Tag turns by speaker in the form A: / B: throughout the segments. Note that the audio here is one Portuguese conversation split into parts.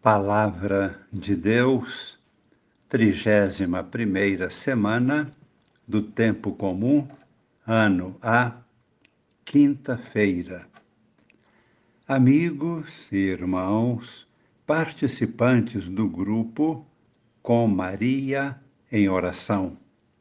A: Palavra de Deus, 31ª semana do Tempo Comum, ano A, quinta-feira. Amigos e irmãos, participantes do grupo Com Maria em Oração.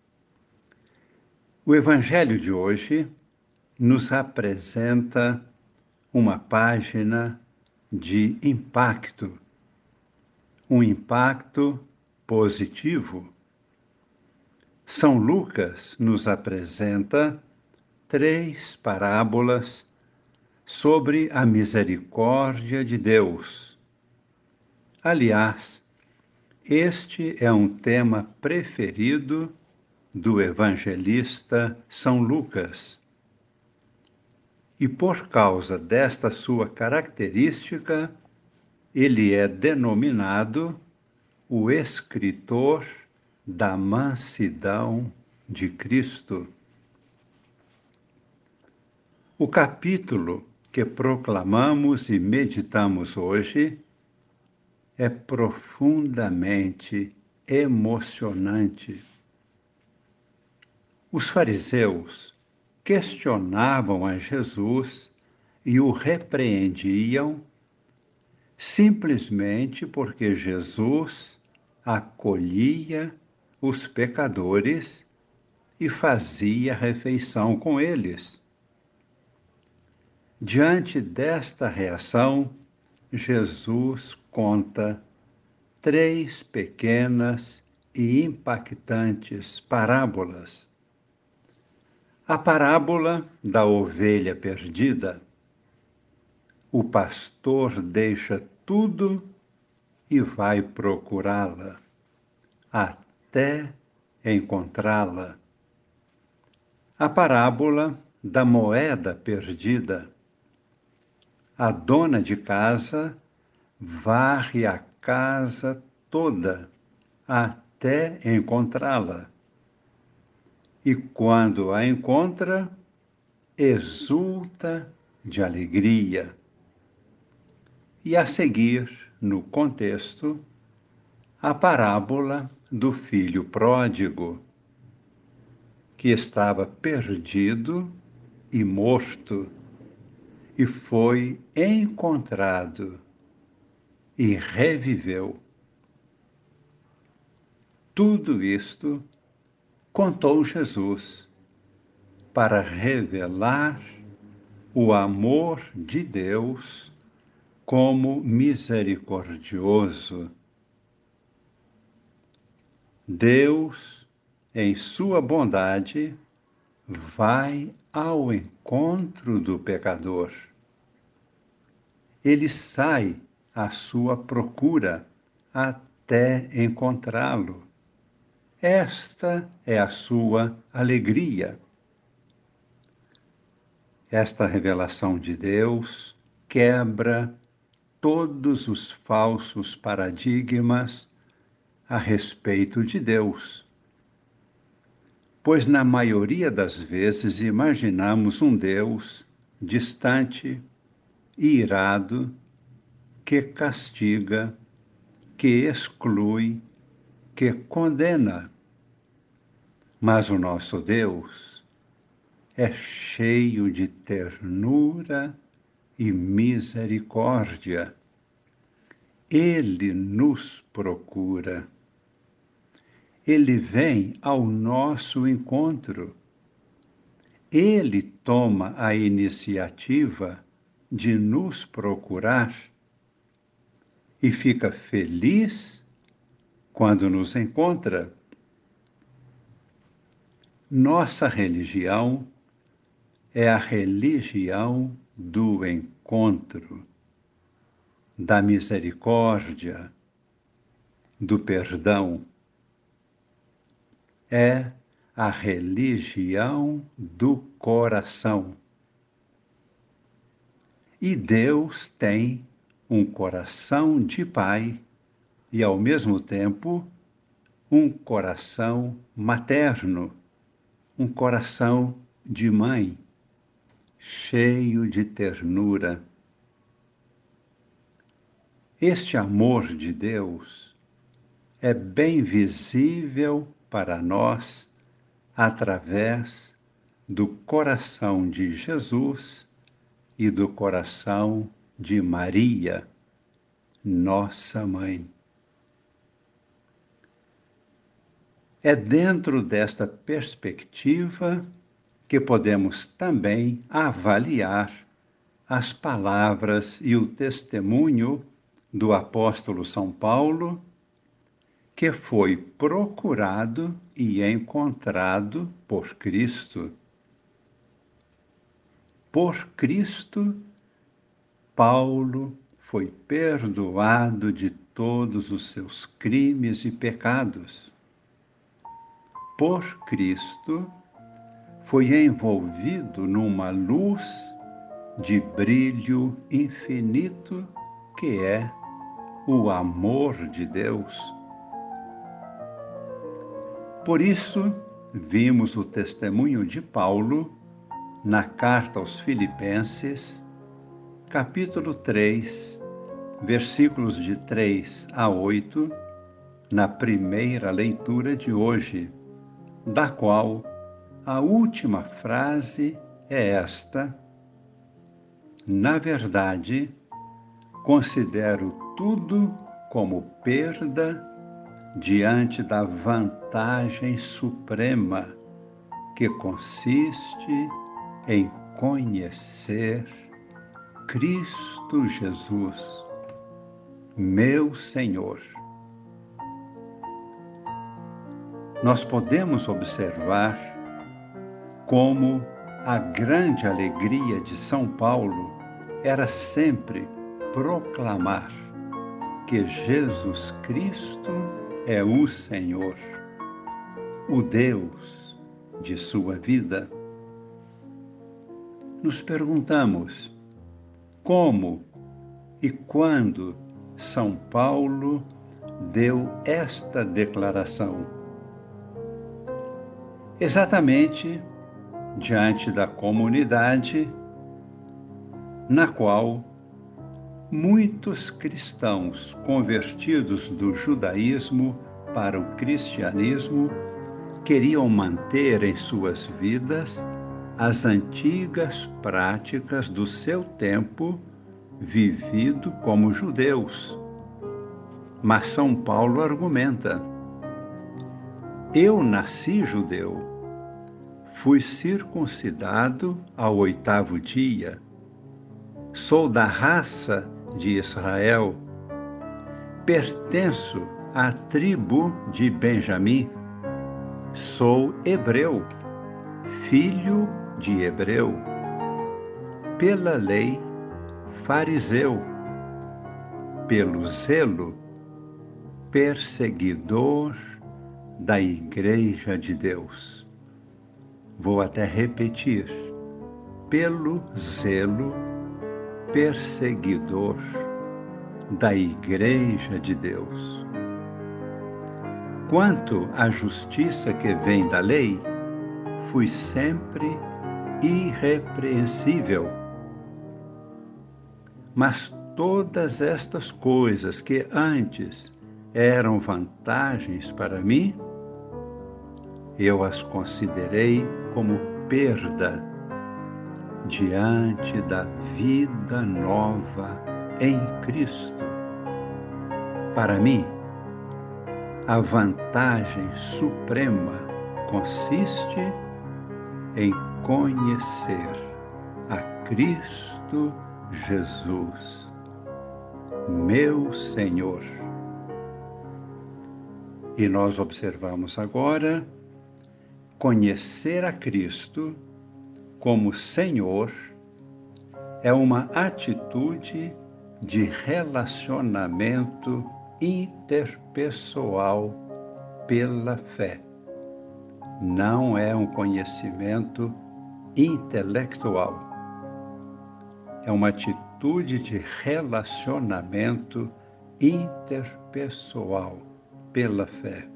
A: O Evangelho de hoje nos apresenta uma página de impacto, um impacto positivo. São Lucas nos apresenta 3 parábolas sobre a misericórdia de Deus. Aliás, este é um tema preferido do evangelista São Lucas. E por causa desta sua característica, ele é denominado o escritor da mansidão de Cristo. O capítulo que proclamamos e meditamos hoje é profundamente emocionante. Os fariseus questionavam a Jesus e o repreendiam simplesmente porque Jesus acolhia os pecadores e fazia refeição com eles. Diante desta reação, Jesus conta 3 pequenas e impactantes parábolas. A parábola da ovelha perdida. O pastor deixa tudo e vai procurá-la, até encontrá-la. A parábola da moeda perdida. A dona de casa varre a casa toda até encontrá-la. E quando a encontra, exulta de alegria. E a seguir, no contexto, a parábola do filho pródigo, que estava perdido e morto, e foi encontrado e reviveu. Tudo isto contou Jesus para revelar o amor de Deus como misericordioso. Deus, em sua bondade, vai ao encontro do pecador. Ele sai à sua procura até encontrá-lo. Esta é a sua alegria. Esta revelação de Deus quebra todos os falsos paradigmas a respeito de Deus. Pois na maioria das vezes imaginamos um Deus distante, irado, que castiga, que exclui, que condena. Mas o nosso Deus é cheio de ternura e misericórdia. Ele nos procura. Ele vem ao nosso encontro. Ele toma a iniciativa de nos procurar e fica feliz quando nos encontra. Nossa religião é a religião do encontro, da misericórdia, do perdão. É a religião do coração. E Deus tem um coração de pai e, ao mesmo tempo, um coração materno, um coração de mãe, cheio de ternura. Este amor de Deus é bem visível para nós através do coração de Jesus e do coração de Maria, nossa mãe. É dentro desta perspectiva que podemos também avaliar as palavras e o testemunho do apóstolo São Paulo, que foi procurado e encontrado por Cristo. Por Cristo, Paulo foi perdoado de todos os seus crimes e pecados. Por Cristo, foi envolvido numa luz de brilho infinito que é o amor de Deus. Por isso, vimos o testemunho de Paulo na carta aos Filipenses, capítulo 3, versículos de 3 a 8, na primeira leitura de hoje, da qual a última frase é esta: na verdade, considero tudo como perda diante da vantagem suprema que consiste em conhecer Cristo Jesus, meu Senhor. Nós podemos observar como a grande alegria de São Paulo era sempre proclamar que Jesus Cristo é o Senhor, o Deus de sua vida. Nos perguntamos como e quando São Paulo deu esta declaração. Exatamente diante da comunidade na qual muitos cristãos convertidos do judaísmo para o cristianismo queriam manter em suas vidas as antigas práticas do seu tempo vivido como judeus. Mas São Paulo argumenta: eu nasci judeu, fui circuncidado ao 8º dia, sou da raça de Israel, pertenço à tribo de Benjamim, sou hebreu, filho de hebreu, pela lei fariseu, pelo zelo perseguidor da Igreja de Deus. Vou até repetir: pelo zelo perseguidor da Igreja de Deus. Quanto à justiça que vem da lei, fui sempre irrepreensível. Mas todas estas coisas que antes eram vantagens para mim, eu as considerei como perda diante da vida nova em Cristo. Para mim, a vantagem suprema consiste em conhecer a Cristo Jesus, meu Senhor. E nós observamos agora: conhecer a Cristo como Senhor é uma atitude de relacionamento interpessoal pela fé. Não é um conhecimento intelectual. É uma atitude de relacionamento interpessoal pela fé.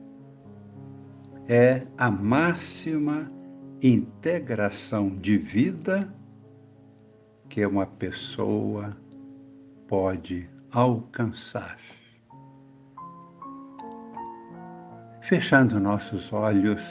A: É a máxima integração de vida que uma pessoa pode alcançar. Fechando nossos olhos,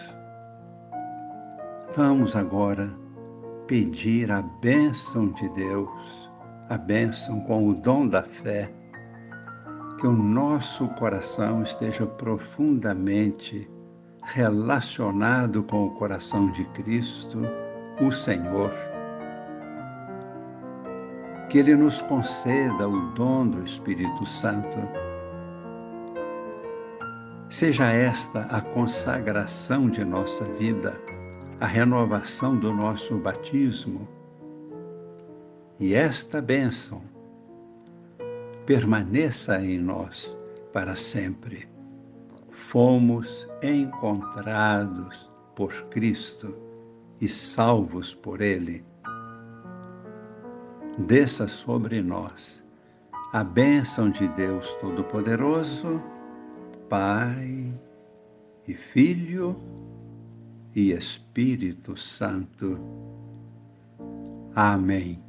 A: vamos agora pedir a bênção de Deus, a bênção com o dom da fé, que o nosso coração esteja profundamente relacionado com o coração de Cristo, o Senhor. Que Ele nos conceda o dom do Espírito Santo. Seja esta a consagração de nossa vida, a renovação do nosso batismo. E esta bênção permaneça em nós para sempre. Fomos encontrados por Cristo e salvos por Ele. Desça sobre nós a bênção de Deus Todo-Poderoso, Pai e Filho e Espírito Santo. Amém.